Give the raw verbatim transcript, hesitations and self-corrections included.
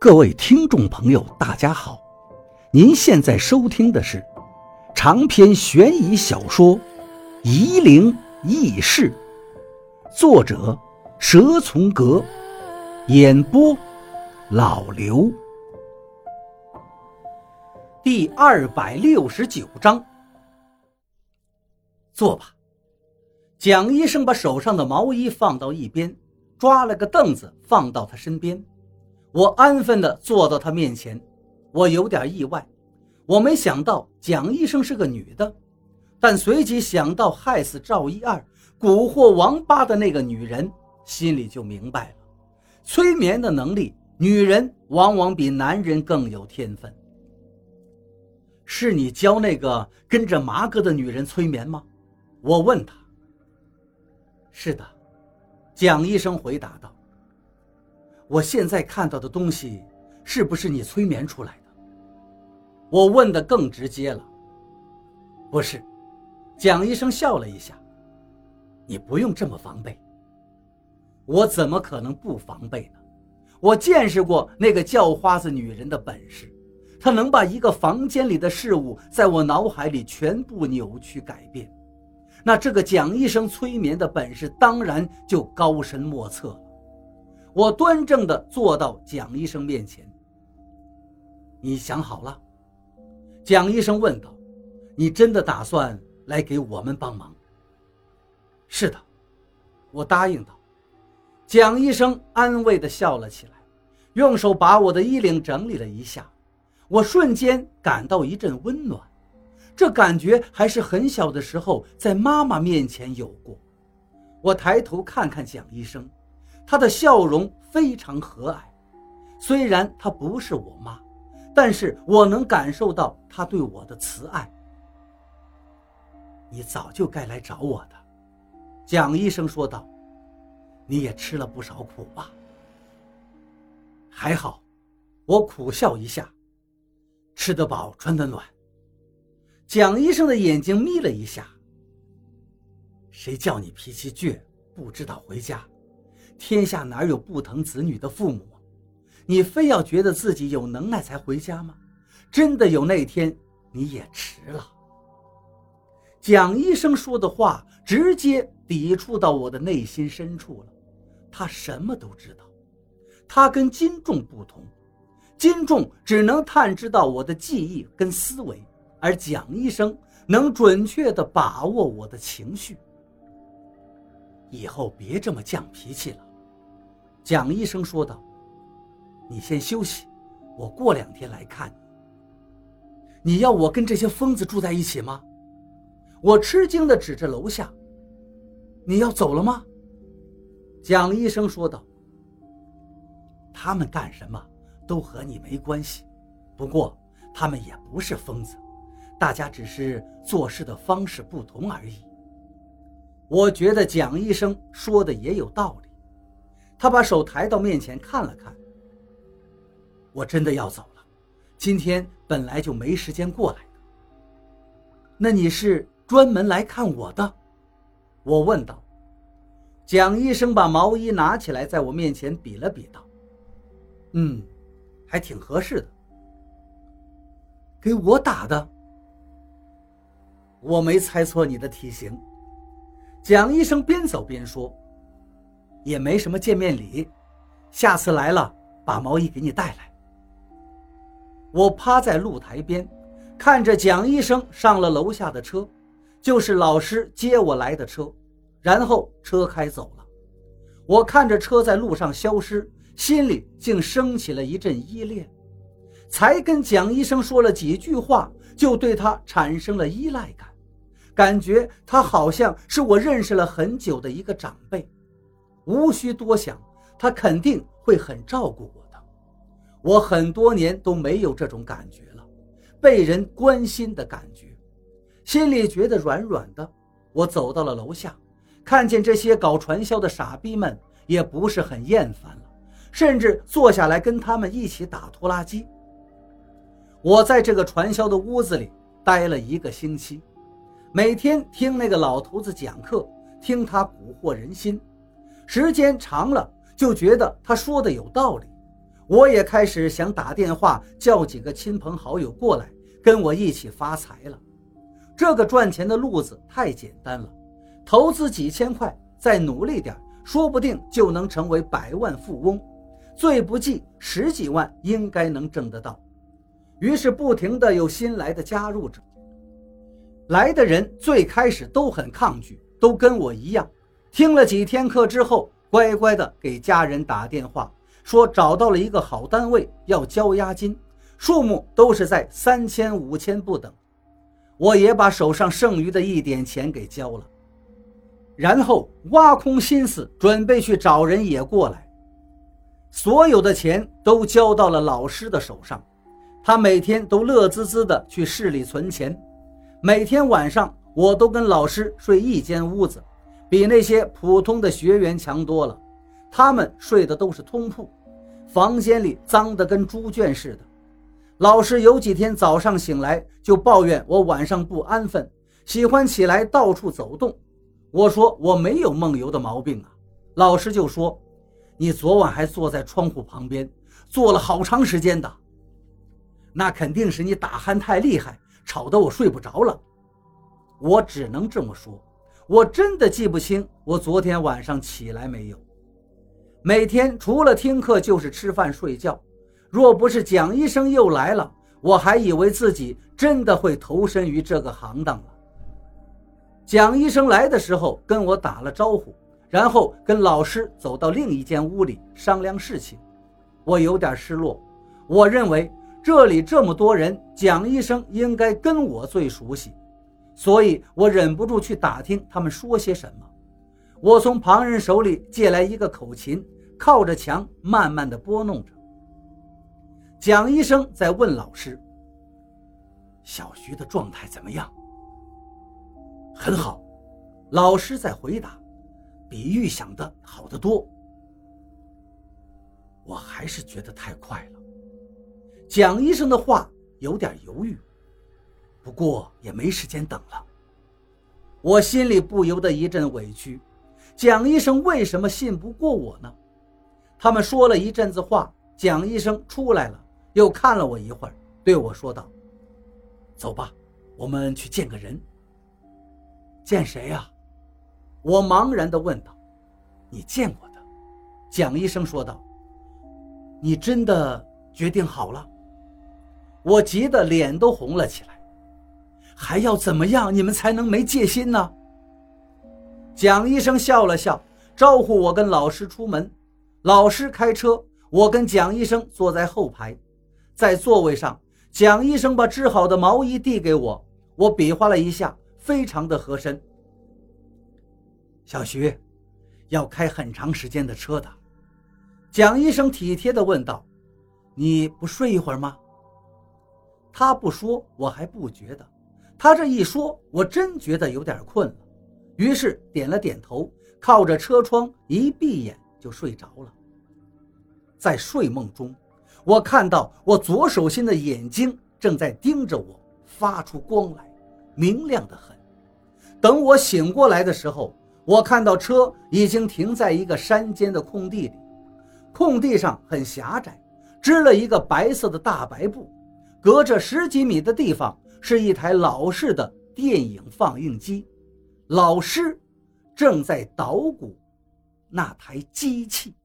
各位听众朋友大家好，您现在收听的是长篇悬疑小说《夷陵轶事》，作者蛇从阁，演播老刘。第二百六十九章，坐吧。蒋医生把手上的毛衣放到一边，抓了个凳子放到他身边。我安分地坐到他面前，我有点意外，我没想到蒋医生是个女的，但随即想到害死赵一二、蛊惑王八的那个女人，心里就明白了，催眠的能力，女人往往比男人更有天分。是你教那个跟着麻哥的女人催眠吗？我问他。是的，蒋医生回答道。我现在看到的东西是不是你催眠出来的？我问得更直接了。不是，蒋医生笑了一下。你不用这么防备。我怎么可能不防备呢？我见识过那个叫花子女人的本事，她能把一个房间里的事物在我脑海里全部扭曲改变。那这个蒋医生催眠的本事当然就高深莫测了。我端正地坐到蒋医生面前。你想好了？蒋医生问道。你真的打算来给我们帮忙？是的，我答应道。蒋医生安慰地笑了起来，用手把我的衣领整理了一下，我瞬间感到一阵温暖，这感觉还是很小的时候在妈妈面前有过。我抬头看看蒋医生，她的笑容非常和蔼，虽然她不是我妈，但是我能感受到她对我的慈爱。你早就该来找我的，蒋医生说道。你也吃了不少苦吧？还好，我苦笑一下，吃得饱穿得暖。蒋医生的眼睛眯了一下。谁叫你脾气倔，不知道回家？天下哪有不疼子女的父母？你非要觉得自己有能耐才回家吗？真的有那天，你也迟了。蒋医生说的话直接抵触到我的内心深处了。他什么都知道，他跟金仲不同，金仲只能探知到我的记忆跟思维，而蒋医生能准确地把握我的情绪。以后别这么犟脾气了，蒋医生说道。你先休息，我过两天来看你。你要我跟这些疯子住在一起吗？我吃惊地指着楼下。你要走了吗？蒋医生说道。他们干什么都和你没关系，不过他们也不是疯子，大家只是做事的方式不同而已。我觉得蒋医生说的也有道理。他把手抬到面前看了看。我真的要走了，今天本来就没时间过来的。那你是专门来看我的？我问道。蒋医生把毛衣拿起来在我面前比了比道。嗯，还挺合适的。给我打的？我没猜错你的体型。蒋医生边走边说。也没什么见面礼，下次来了把毛衣给你带来。我趴在露台边，看着蒋医生上了楼下的车，就是老师接我来的车，然后车开走了。我看着车在路上消失，心里竟升起了一阵依恋。才跟蒋医生说了几句话，就对他产生了依赖感，感觉他好像是我认识了很久的一个长辈。无需多想，他肯定会很照顾我的。我很多年都没有这种感觉了，被人关心的感觉，心里觉得软软的。我走到了楼下，看见这些搞传销的傻逼们也不是很厌烦了，甚至坐下来跟他们一起打拖拉机。我在这个传销的屋子里待了一个星期，每天听那个老头子讲课，听他蛊惑人心，时间长了就觉得他说的有道理， 我也开始想打电话叫几个亲朋好友过来跟我一起发财了。这个赚钱的路子太简单了，投资几千块，再努力点，说不定就能成为百万富翁，最不济十几万应该能挣得到。于是不停地有新来的加入者，来的人最开始都很抗拒，都跟我一样，听了几天课之后，乖乖地给家人打电话，说找到了一个好单位，要交押金，数目都是在三千五千不等。我也把手上剩余的一点钱给交了，然后挖空心思准备去找人也过来。所有的钱都交到了老师的手上，他每天都乐滋滋的去市里存钱。每天晚上我都跟老师睡一间屋子，比那些普通的学员强多了。他们睡的都是通铺，房间里脏得跟猪圈似的。老师有几天早上醒来就抱怨我晚上不安分，喜欢起来到处走动。我说我没有梦游的毛病啊。老师就说，你昨晚还坐在窗户旁边坐了好长时间的。那肯定是你打鼾太厉害，吵得我睡不着了。我只能这么说，我真的记不清我昨天晚上起来没有。每天除了听课就是吃饭睡觉，若不是蒋医生又来了，我还以为自己真的会投身于这个行当了。蒋医生来的时候跟我打了招呼，然后跟老师走到另一间屋里商量事情。我有点失落，我认为这里这么多人，蒋医生应该跟我最熟悉，所以我忍不住去打听他们说些什么。我从旁人手里借来一个口琴，靠着墙慢慢地拨弄着。蒋医生在问老师，小徐的状态怎么样？很好，老师在回答，比预想的好得多。我还是觉得太快了。蒋医生的话有点犹豫，不过也没时间等了。我心里不由得一阵委屈，蒋医生为什么信不过我呢？他们说了一阵子话，蒋医生出来了，又看了我一会儿，对我说道，走吧，我们去见个人。见谁呀？我茫然地问道。你见过的，蒋医生说道。你真的决定好了？我急得脸都红了起来。还要怎么样你们才能没戒心呢？蒋医生笑了笑，招呼我跟老师出门。老师开车，我跟蒋医生坐在后排。在座位上，蒋医生把织好的毛衣递给我，我比划了一下，非常的合身。小徐，要开很长时间的车的。蒋医生体贴地问道，你不睡一会儿吗？他不说我还不觉得，他这一说我真觉得有点困了，于是点了点头，靠着车窗一闭眼就睡着了。在睡梦中，我看到我左手心的眼睛正在盯着我，发出光来，明亮得很。等我醒过来的时候，我看到车已经停在一个山间的空地里，空地上很狭窄，支了一个白色的大白布，隔着十几米的地方是一台老式的电影放映机，老师正在捣鼓那台机器。